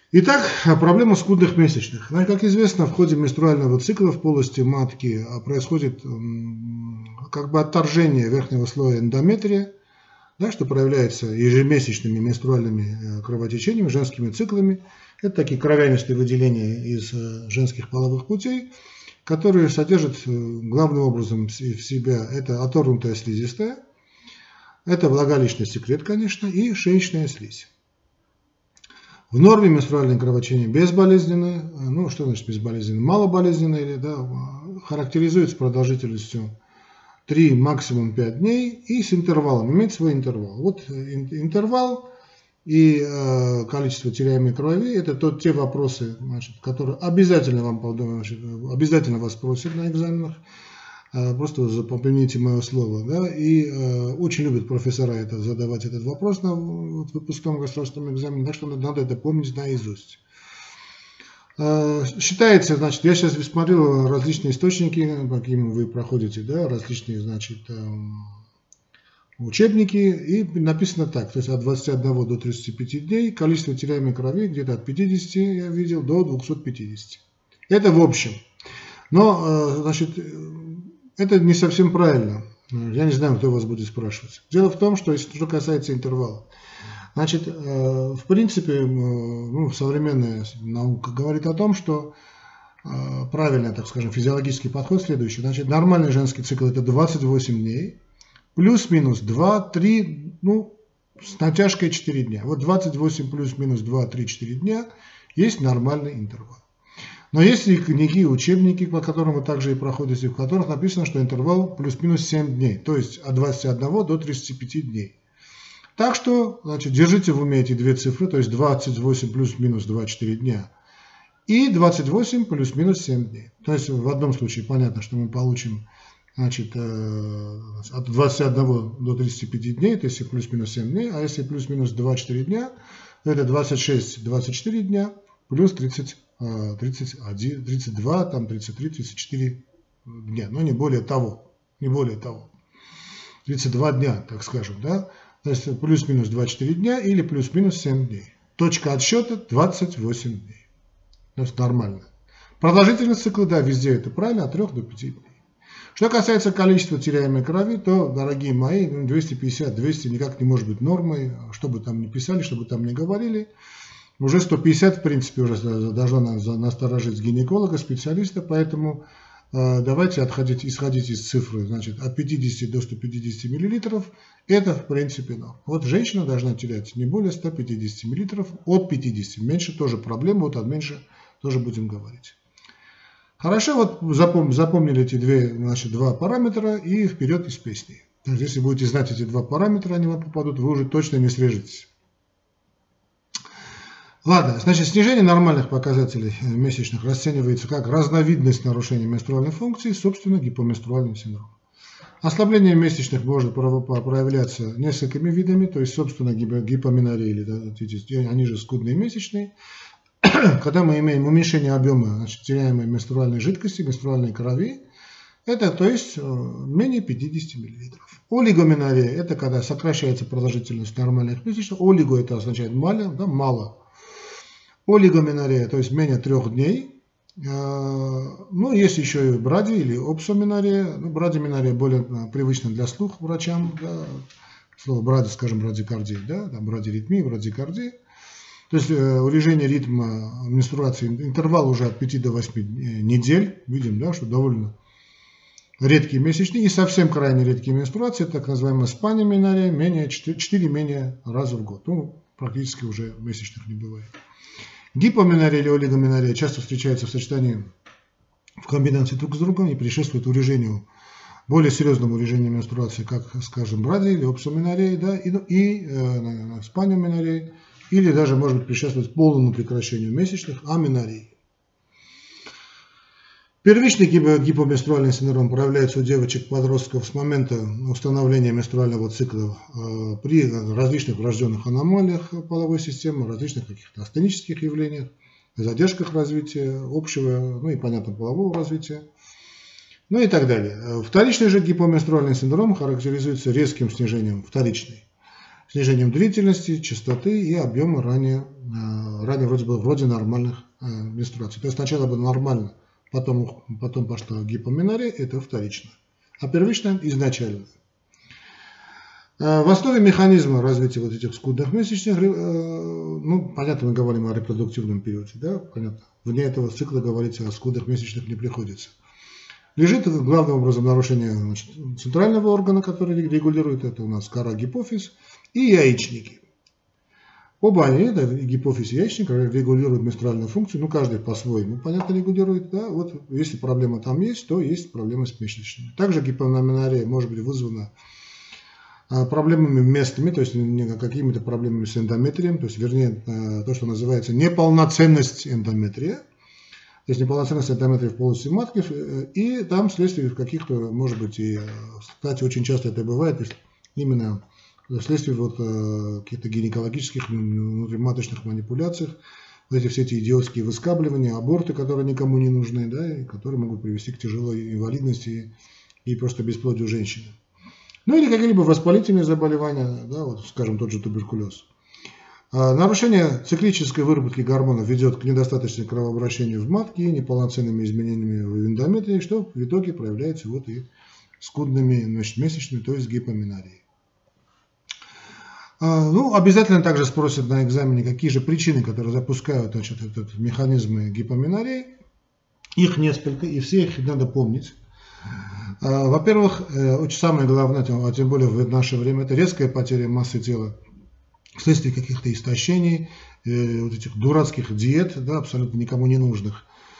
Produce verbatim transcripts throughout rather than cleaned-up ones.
Итак, проблема скудных месячных. Ну, как известно, в ходе менструального цикла в полости матки происходит как бы отторжение верхнего слоя эндометрия, да, что проявляется ежемесячными менструальными кровотечениями, женскими циклами. Это такие кровянистые выделения из женских половых путей, которые содержат главным образом в себя это оторвнутая слизистая, это влагалищный секрет, конечно, и шеечная слизь. В норме менструальное кровотечение безболезненное, ну что значит безболезненное, малоболезненное, или, да, характеризуется продолжительностью три, максимум пять дней и с интервалом, имеет свой интервал. Вот интервал и э, количество теряемой крови – это тот, те вопросы, значит, которые обязательно вам значит, обязательно вас спросят на экзаменах. Просто запомните мое слово. Да? И э, очень любят профессора это, задавать этот вопрос на вот, выпускном государственном экзамене, так что надо это помнить наизусть. Э, считается, значит, я сейчас смотрел различные источники, какими вы проходите, да, различные, значит, э, учебники, и написано так, то есть от двадцати одного до тридцати пяти дней, количество теряемой крови где-то от пятидесяти, я видел, до двухсот пятидесяти. Это в общем. Но, э, значит, это не совсем правильно. Я не знаю, кто вас будет спрашивать. Дело в том, что, что касается интервала. Значит, в принципе, ну, современная наука говорит о том, что правильный, так скажем, физиологический подход следующий. Значит, нормальный женский цикл – это двадцать восемь дней, плюс-минус два-три, ну, с натяжкой четыре дня. Вот двадцать восемь плюс-минус два-три-четыре дня есть нормальный интервал. Но есть и книги, учебники, по которым вы также и проходите, в которых написано, что интервал плюс-минус семь дней, то есть от двадцати одного до тридцати пяти дней. Так что, значит, держите в уме эти две цифры, то есть двадцать восемь плюс-минус два-четыре дня и двадцать восемь плюс-минус семь дней. То есть в одном случае понятно, что мы получим, значит, от двадцати одного до тридцати пяти дней, это если плюс-минус семь дней, а если плюс-минус два-четыре дня, то это двадцать шесть-двадцать четыре дня плюс тридцать, тридцать один, тридцать два, там тридцать три, тридцать четыре дня, но не более того, не более того. тридцать два дня, так скажем, да, то есть плюс-минус два-четыре дня или плюс-минус семь дней. Точка отсчета двадцать восемь дней. То есть нормально. Продолжительность цикла, да, везде это правильно, от трёх до пяти дней. Что касается количества теряемой крови, то, дорогие мои, двести пятьдесят - двести никак не может быть нормой, что бы там ни писали, что бы там ни говорили. Уже сто пятьдесят, в принципе, уже должна насторожить гинеколога, специалиста, поэтому э, давайте отходить, исходить из цифры, значит, от пятидесяти до ста пятидесяти миллилитров, это, в принципе, норм. Вот женщина должна терять не более ста пятидесяти миллилитров, от пятидесяти, меньше тоже проблема, вот от меньше тоже будем говорить. Хорошо, вот запом, запомнили эти две, значит, два параметра и вперед из песни. Если будете знать эти два параметра, они вам попадут, вы уже точно не срежетесь. Ладно, значит, снижение нормальных показателей месячных расценивается как разновидность нарушения менструальной функции, собственно, гипоменструальный синдром. Ослабление месячных может проявляться несколькими видами, то есть, собственно, гипоменорея, да, они же скудные месячные. Когда мы имеем уменьшение объема, значит, теряемой менструальной жидкости, менструальной крови, это, то есть, менее пятидесяти миллилитров. Олигоменорея – это когда сокращается продолжительность нормальных месячных. Олиго – это означает мало, да, мало. Олигоменорея, то есть менее трех дней. Ну, есть еще и бради или опсоменорея. Ну, брадименорея более привычна для слуха врачам. Да. Слово бради, скажем, брадикардия, да, там брадиритмия, брадикардия. То есть урежение ритма менструации, интервал уже от пяти до восьми недель. Видим, да, что довольно редкие месячные и совсем крайне редкие менструации, так называемая спанименорея, менее четыре менее раза в год. Ну, практически уже месячных не бывает. Гипоменорея или олигоменорея часто встречаются в сочетании в комбинации друг с другом и предшествует урежению, более серьезному урежению менструации, как, скажем, бради или опсоменорея, да, и, и э, спанименорея, или даже, может быть, предшествует полному прекращению месячных, аменореи. Первичный гипоменструальный синдром проявляется у девочек-подростков с момента установления менструального цикла э, при различных врожденных аномалиях половой системы, различных каких-то астенических явлениях, задержках развития, общего, ну и, понятно, полового развития, ну и так далее. Вторичный же гипоменструальный синдром характеризуется резким снижением, вторичный, снижением длительности, частоты и объема ранее, ранее вроде бы вроде нормальных менструаций. То есть сначала было нормально, потом, потом пошла гипоаменорея, это вторично. А первично изначально. В основе механизма развития вот этих скудных месячных, ну, понятно, мы говорим о репродуктивном периоде, да, понятно. Вне этого цикла говорить о скудных месячных не приходится. Лежит главным образом нарушение, значит, центрального органа, который регулирует это у нас кора, гипофиз и яичники. Оба они, да, гипофиз и яичник, регулируют менструальную функцию, ну, каждый по-своему, понятно, регулирует, да, вот если проблема там есть, то есть проблема с месячными. Также гипоаменорея может быть вызвана проблемами местными, то есть какими-то проблемами с эндометрием, то есть, вернее, то, что называется неполноценность эндометрия, то есть неполноценность эндометрия в полости матки, и там вследствие каких-то, может быть, и, кстати, очень часто это бывает, если именно вследствие вот каких-то гинекологических внутриматочных манипуляций, вот эти все эти идиотские выскабливания, аборты, которые никому не нужны, да, и которые могут привести к тяжелой инвалидности и просто бесплодию женщины. Ну или какие-либо воспалительные заболевания, да, вот, скажем, тот же туберкулез. А нарушение циклической выработки гормонов ведет к недостаточному кровообращению в матке и неполноценными изменениями в эндометрии, что в итоге проявляется вот и скудными, значит, месячными, то есть гипоаменореей. А, ну, обязательно также спросят на экзамене, какие же причины, которые запускают, значит, этот механизмы гипоаменореи. Их несколько, и все их надо помнить. Во-первых, очень самое главное, а тем более в наше время, это резкая потеря массы тела вследствие каких-то истощений, вот этих дурацких диет, да, абсолютно никому не нужных.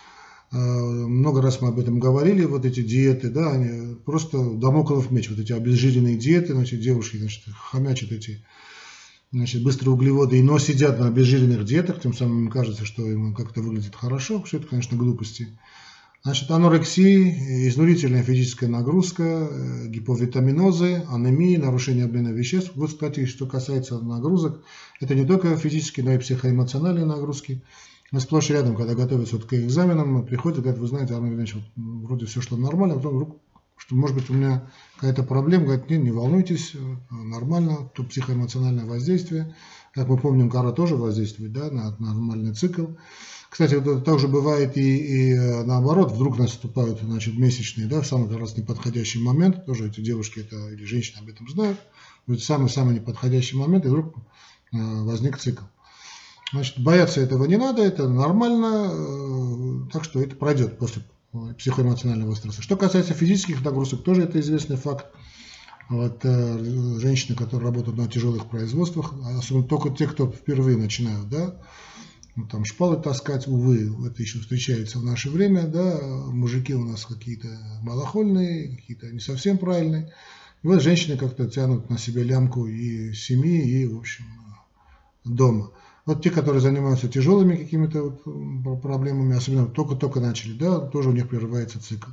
Много раз мы об этом говорили, вот эти диеты, да, они просто дамоклов меч, вот эти обезжиренные диеты, значит, девушки, значит, хомячат эти, значит, быстрые углеводы, но сидят на обезжиренных диетах, тем самым им кажется, что им как-то выглядит хорошо, все это, конечно, глупости. Значит, анорексия, изнурительная физическая нагрузка, гиповитаминозы, анемия, нарушение обмена веществ. Вот, кстати, что касается нагрузок, это не только физические, но и психоэмоциональные нагрузки. Сплошь и рядом, когда готовятся вот к экзаменам, приходят, говорят, вы знаете, Армен Ильич, вот, вроде все шло нормально, а потом вдруг, что, может быть, у меня какая-то проблема, говорят, нет, не волнуйтесь, нормально, то психоэмоциональное воздействие. Как мы помним, кора тоже воздействует, да, на нормальный цикл. Кстати, вот также бывает и, и наоборот, вдруг наступают, значит, месячные, да, в самый как раз неподходящий момент, тоже эти девушки это, или женщины об этом знают, вот самый-самый неподходящий момент, и вдруг э, возник цикл. Значит, бояться этого не надо, это нормально, э, так что это пройдет после психоэмоционального стресса. Что касается физических нагрузок, тоже это известный факт. Вот, э, женщины, которые работают на тяжелых производствах, особенно только те, кто впервые начинают, да, ну, там шпалы таскать, увы, это еще встречается в наше время, да, мужики у нас какие-то малохольные, какие-то не совсем правильные. И вот женщины как-то тянут на себе лямку и семьи, и, в общем, дома. Вот те, которые занимаются тяжелыми какими-то вот проблемами, особенно только-только начали, да, тоже у них прерывается цикл.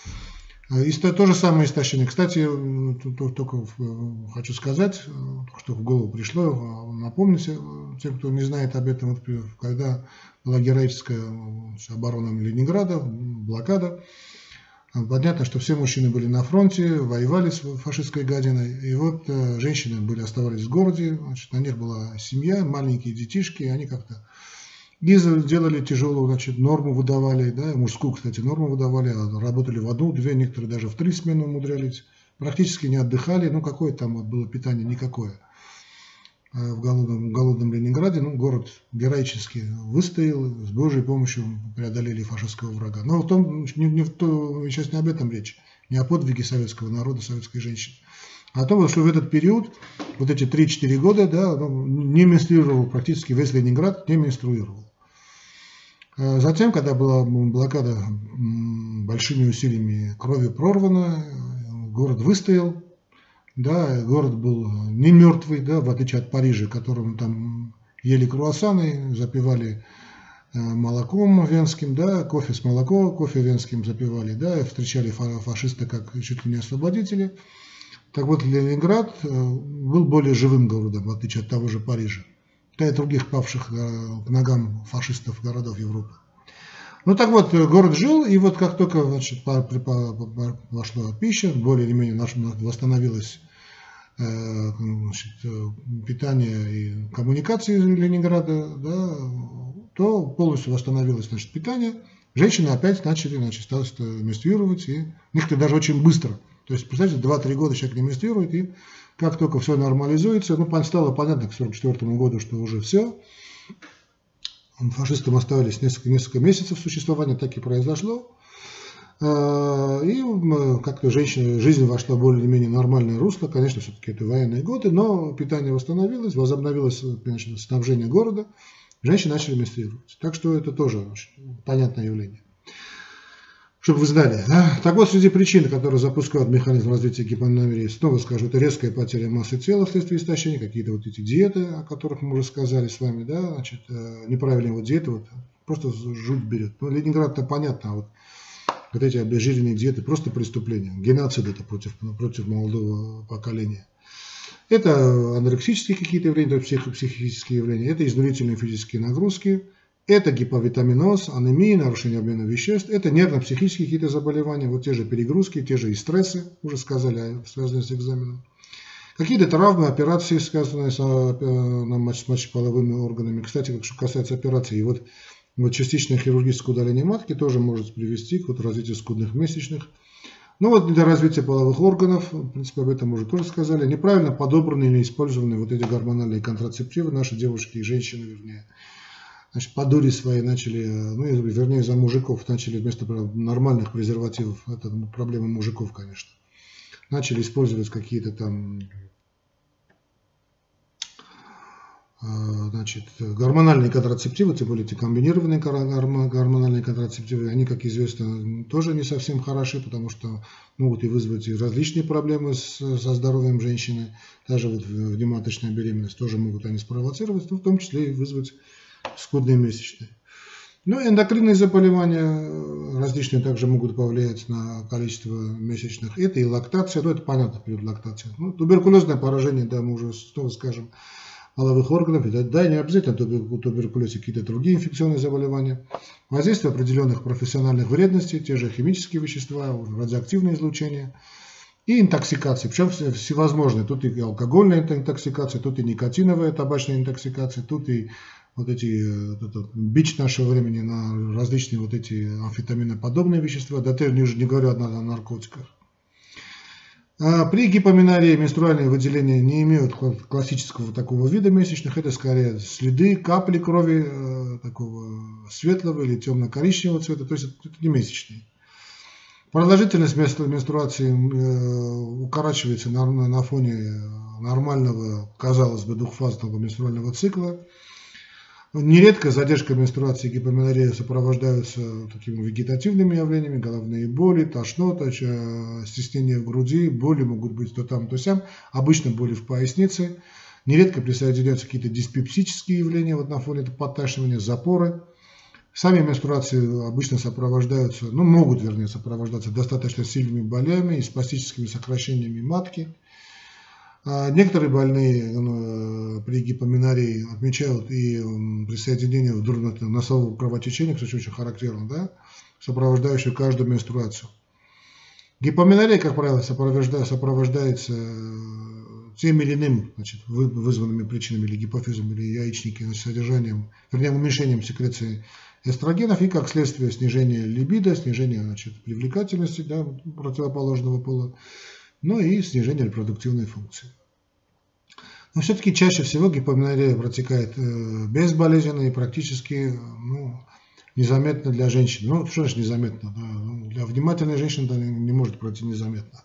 И то же самое истощение. Кстати, только хочу сказать, что в голову пришло, напомнить тем, кто не знает об этом, вот, когда была героическая оборона Ленинграда, блокада, понятно, что все мужчины были на фронте, воевали с фашистской гадиной, и вот женщины были, оставались в городе, значит, на них была семья, маленькие детишки, и они как-то делали тяжелую, значит, норму выдавали, да, мужскую, кстати, норму выдавали, работали в одну, две, некоторые даже в три смены умудрялись, практически не отдыхали, ну, какое там вот было питание, никакое. В голодном, в голодном Ленинграде, ну, город героически выстоял, с Божьей помощью преодолели фашистского врага. Но в том, не, не в то, сейчас не об этом речь, не о подвиге советского народа, советской женщины, а о том, что в этот период, вот эти три-четыре года, да, ну, не менструировал практически весь Ленинград, не менструировал. Затем, когда была блокада большими усилиями крови прорвана, город выстоял, да, город был не мертвый, да, в отличие от Парижа, которым там ели круассаны, запивали молоком венским, да, кофе с молоком, кофе венским запивали, да, встречали фашиста как чуть ли не освободители. Так вот, Ленинград был более живым городом, в отличие от того же Парижа, да и других павших к ногам фашистов городов Европы. Ну так вот, город жил, и вот как только, значит, пошла пища, более или менее восстановилась значит, питания и коммуникации Ленинграда, да, то полностью восстановилось, значит, питание. Женщины опять начали, значит, стали менструировать, и некоторые даже очень быстро. То есть, представьте, два-три года человек не менструирует, и как только все нормализуется, ну, стало понятно к сорок четвёртому году, что уже все. Фашистам оставались несколько, несколько месяцев существования, так и произошло. И как-то женщина, жизнь вошла в более-менее нормальное русло. Конечно, все-таки это военные годы, но питание восстановилось, возобновилось, конечно, снабжение города. Женщины начали менструировать. Так что это тоже очень понятное явление. Чтобы вы знали. Да? Так вот, среди причин, которые запускают механизм развития гипоменорреи, снова скажу, это резкая потеря массы тела вследствие истощения, какие-то вот эти диеты, о которых мы уже сказали с вами, да, значит, неправильные вот диеты, вот, просто жуть берет. Ну, Ленинград-то понятно, а вот, вот эти обезжиренные диеты просто преступление, геноцид это против, против молодого поколения. Это анорексические какие-то явления, псих, психические явления, это изнурительные физические нагрузки, это гиповитаминоз, анемия, нарушение обмена веществ, это нервно-психические какие-то заболевания, вот те же перегрузки, те же и стрессы, уже сказали, связанные с экзаменом. Какие-то травмы, операции, связанные с, с мочеполовыми органами. Кстати, что касается операций, вот, вот частичное хирургическое удаление матки тоже может привести к вот развитию скудных месячных. Ну вот для развития половых органов, в принципе, об этом уже тоже сказали, неправильно подобранные или использованные вот эти гормональные контрацептивы, наши девушки и женщины, вернее, значит, по дуре своей начали, ну, вернее, за мужиков, начали вместо нормальных презервативов, это проблема мужиков, конечно, начали использовать какие-то там, значит, гормональные контрацептивы, тем более эти комбинированные гормональные контрацептивы, они, как известно, тоже не совсем хороши, потому что могут и вызвать и различные проблемы с, со здоровьем женщины, даже вот внематочная беременность тоже могут они спровоцировать, в том числе и вызвать скудные месячные. Ну, эндокринные заболевания различные также могут повлиять на количество месячных. Это и лактация, ну это понятно, период лактации. Ну, туберкулезное поражение, да, мы уже снова скажем, половых органов, да, не обязательно туберкулез, какие-то другие инфекционные заболевания. Воздействие определенных профессиональных вредностей, те же химические вещества, радиоактивное излучение. И интоксикации, причем всевозможные. Тут и алкогольная интоксикация, тут и никотиновая табачная интоксикация, тут и вот эти, вот этот бич нашего времени на различные вот эти амфетаминоподобные вещества, да я уже не говорю о наркотиках. При гипоменорреи менструальные выделения не имеют классического такого вида месячных, это скорее следы, капли крови такого светлого или темно-коричневого цвета, то есть это не месячные. Продолжительность менструации укорачивается на, на фоне нормального, казалось бы, двухфазного менструального цикла. Нередко задержка менструации и гипоменоррея сопровождаются такими вегетативными явлениями, головные боли, тошнота, стеснение в груди, боли могут быть то там, то сям, обычно боли в пояснице. Нередко присоединяются какие-то диспепсические явления вот на фоне подташнивания, запоры. Сами менструации обычно сопровождаются, ну могут, вернее, сопровождаться достаточно сильными болями и спастическими сокращениями матки. Некоторые больные при гипоменорреи отмечают и присоединение носового кровотечения, кстати, очень характерно, да, сопровождающее каждую менструацию. Гипоменоррея, как правило, сопровождается тем или иным, значит, вызванными причинами или гипофизом, или яичники, значит, содержанием, вернее, уменьшением секреции эстрогенов и, как следствие, снижение либидо, снижение, значит, привлекательности, да, противоположного пола, ну и снижение репродуктивной функции. Но все-таки чаще всего гипоменоррея протекает безболезненно и практически, ну, незаметно для женщин. Ну, что же незаметно? Да? Для внимательной женщины это не может пройти незаметно.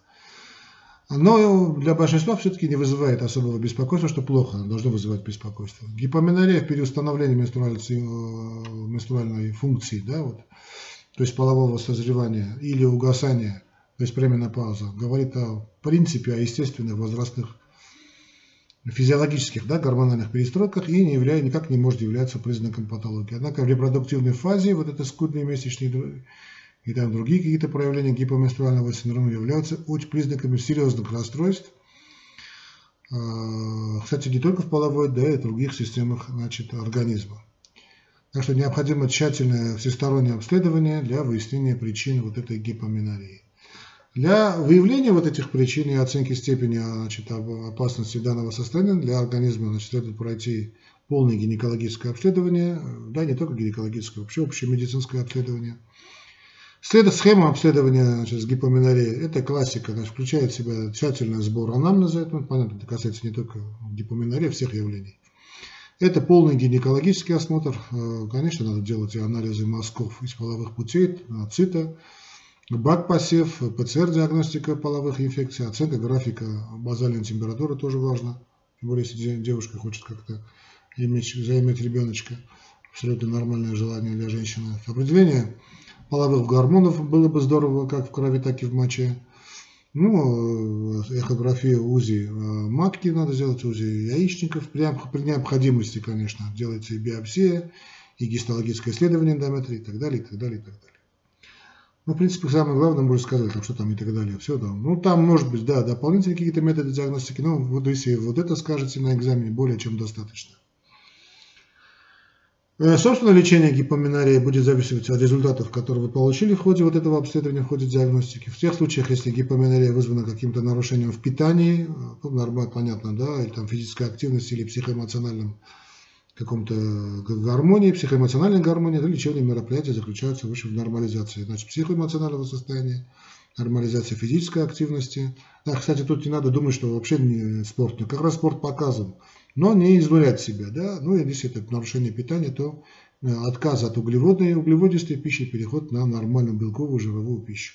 Но для большинства все-таки не вызывает особого беспокойства, что плохо, должно вызывать беспокойство. Гипоменоррея в период становления менструальной функции, да, вот, то есть полового созревания или угасания, то есть пременопауза, говорит о принципе, о естественных возрастных физиологических, да, гормональных перестройках и не являя, никак не может являться признаком патологии. Однако в репродуктивной фазе вот это скудные месячные и там другие какие-то проявления гипоменструального синдрома являются признаками серьезных расстройств. Кстати, не только в половой, да и в других системах, значит, организма. Так что необходимо тщательное всестороннее обследование для выяснения причин вот этой гипоменорреи. Для выявления вот этих причин и оценки степени, значит, опасности данного состояния для организма, значит, следует пройти полное гинекологическое обследование, да, не только гинекологическое, вообще общее медицинское обследование. Следует схема обследования, значит, с гипоменореей. Это классика, значит, включает в себя тщательный сбор анамнеза, это, понятно, это касается не только гипоменореи, всех явлений. Это полный гинекологический осмотр, конечно, надо делать и анализы мазков из половых путей, цита, БАК-посев, ПЦР-диагностика половых инфекций, оценка графика базальной температуры тоже важно. Тем более, если девушка хочет как-то иметь, заиметь ребеночка, абсолютно нормальное желание для женщины. Определение половых гормонов было бы здорово, как в крови, так и в моче. Ну, эхография, УЗИ матки надо сделать, УЗИ яичников. При необходимости, конечно, делается и биопсия, и гистологическое исследование эндометрии, и так далее, и так далее, и так далее. Ну, в принципе, самое главное, можно сказать, там, что там и так далее. Все там. Ну, там, может быть, да, дополнительные какие-то методы диагностики, но вот если вот это скажете на экзамене, более чем достаточно. Собственно, лечение гипоменореи будет зависеть от результатов, которые вы получили в ходе вот этого обследования, в ходе диагностики. В тех случаях, если гипоменорея вызвана каким-то нарушением в питании, ну, нормально, понятно, да, или там физической активности, или психоэмоциональном каком-то гармонии, психоэмоциональной гармонии, то лечебные мероприятия заключаются в, общем, в нормализации, значит, психоэмоционального состояния, нормализация физической активности. Да, кстати, тут не надо думать, что вообще не спорт, но как раз спорт показан, но не изнурять себя, да, ну и если это нарушение питания, то отказ от углеводной и углеводистой пищи, переход на нормальную белковую жировую пищу.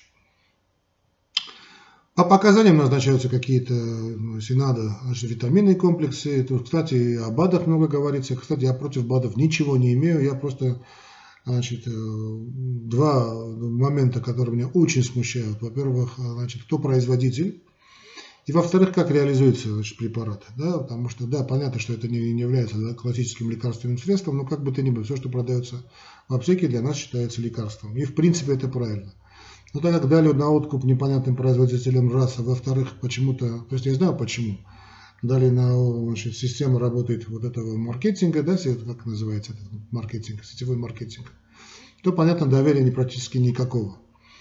По показаниям назначаются какие-то, если надо, витаминные комплексы. Тут, кстати, о БАДах много говорится. Кстати, я против БАДов ничего не имею. Я просто, значит, два момента, которые меня очень смущают. Во-первых, значит, кто производитель. И во-вторых, как реализуются, значит, препараты. Да? Потому что, да, понятно, что это не, не является, да, классическим лекарственным средством, но как бы то ни было, все, что продается в аптеке, для нас считается лекарством. И в принципе это правильно. Но так как дали на откуп непонятным производителям раз, а во-вторых, почему-то, то есть я знаю почему, дали на, значит, система работает вот этого маркетинга, да, как называется этот маркетинг, сетевой маркетинг, то, понятно, доверия не практически никакого.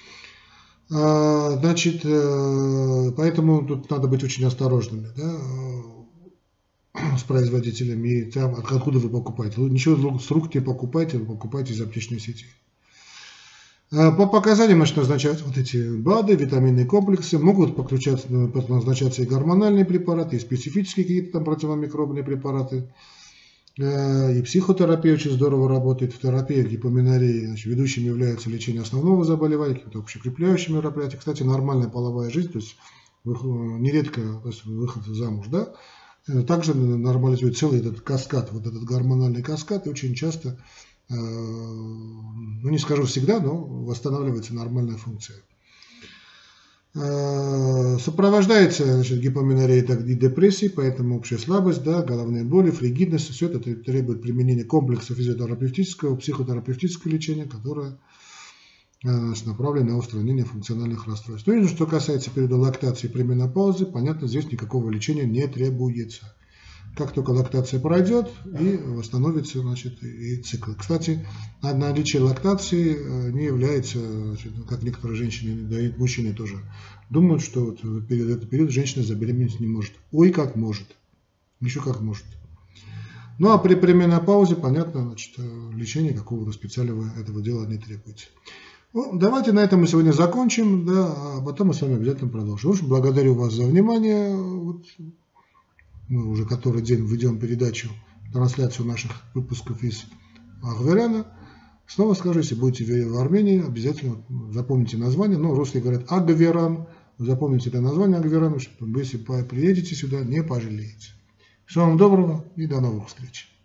А, значит, поэтому тут надо быть очень осторожными, да, с производителями, и там, откуда вы покупаете. Вы ничего с рук не покупайте, вы покупаете из аптечной сети. По показаниям, значит, назначаются вот эти БАДы, витаминные комплексы, могут назначаться и гормональные препараты, и специфические какие-то там противомикробные препараты. И психотерапия очень здорово работает. В терапии гипоменореи, значит, ведущим является лечение основного заболевания, какие-то общекрепляющие мероприятия. Кстати, нормальная половая жизнь, то есть нередко, то есть выход замуж, да, также нормализует целый этот каскад, вот этот гормональный каскад, и очень часто, ну не скажу всегда, но восстанавливается нормальная функция. Сопровождается, значит, гипоменореей и депрессией, поэтому общая слабость, да, головные боли, фригидность, все это требует применения комплекса физиотерапевтического, психотерапевтического лечения, которое направлено на устранение функциональных расстройств. Ну и что касается периода лактации при менопаузе, понятно, здесь никакого лечения не требуется. Как только лактация пройдет, и восстановится, значит, и цикл. Кстати, наличие лактации не является, значит, как некоторые женщины, да и мужчины тоже думают, что вот в этот период женщина забеременеть не может. Ой, как может. Еще как может. Ну а при, при менопаузе, понятно, значит, лечение какого-то специального этого дела не требуется. Ну, давайте на этом мы сегодня закончим, да, а потом мы с вами обязательно продолжим. В общем, благодарю вас за внимание. Вот. Мы уже который день ведем передачу, трансляцию наших выпусков из Агверяна. Снова скажу, если будете в Армении, обязательно запомните название. Но русские говорят Агверан. Запомните это название Агверана, чтобы если приедете сюда, не пожалеете. Всего вам доброго и до новых встреч.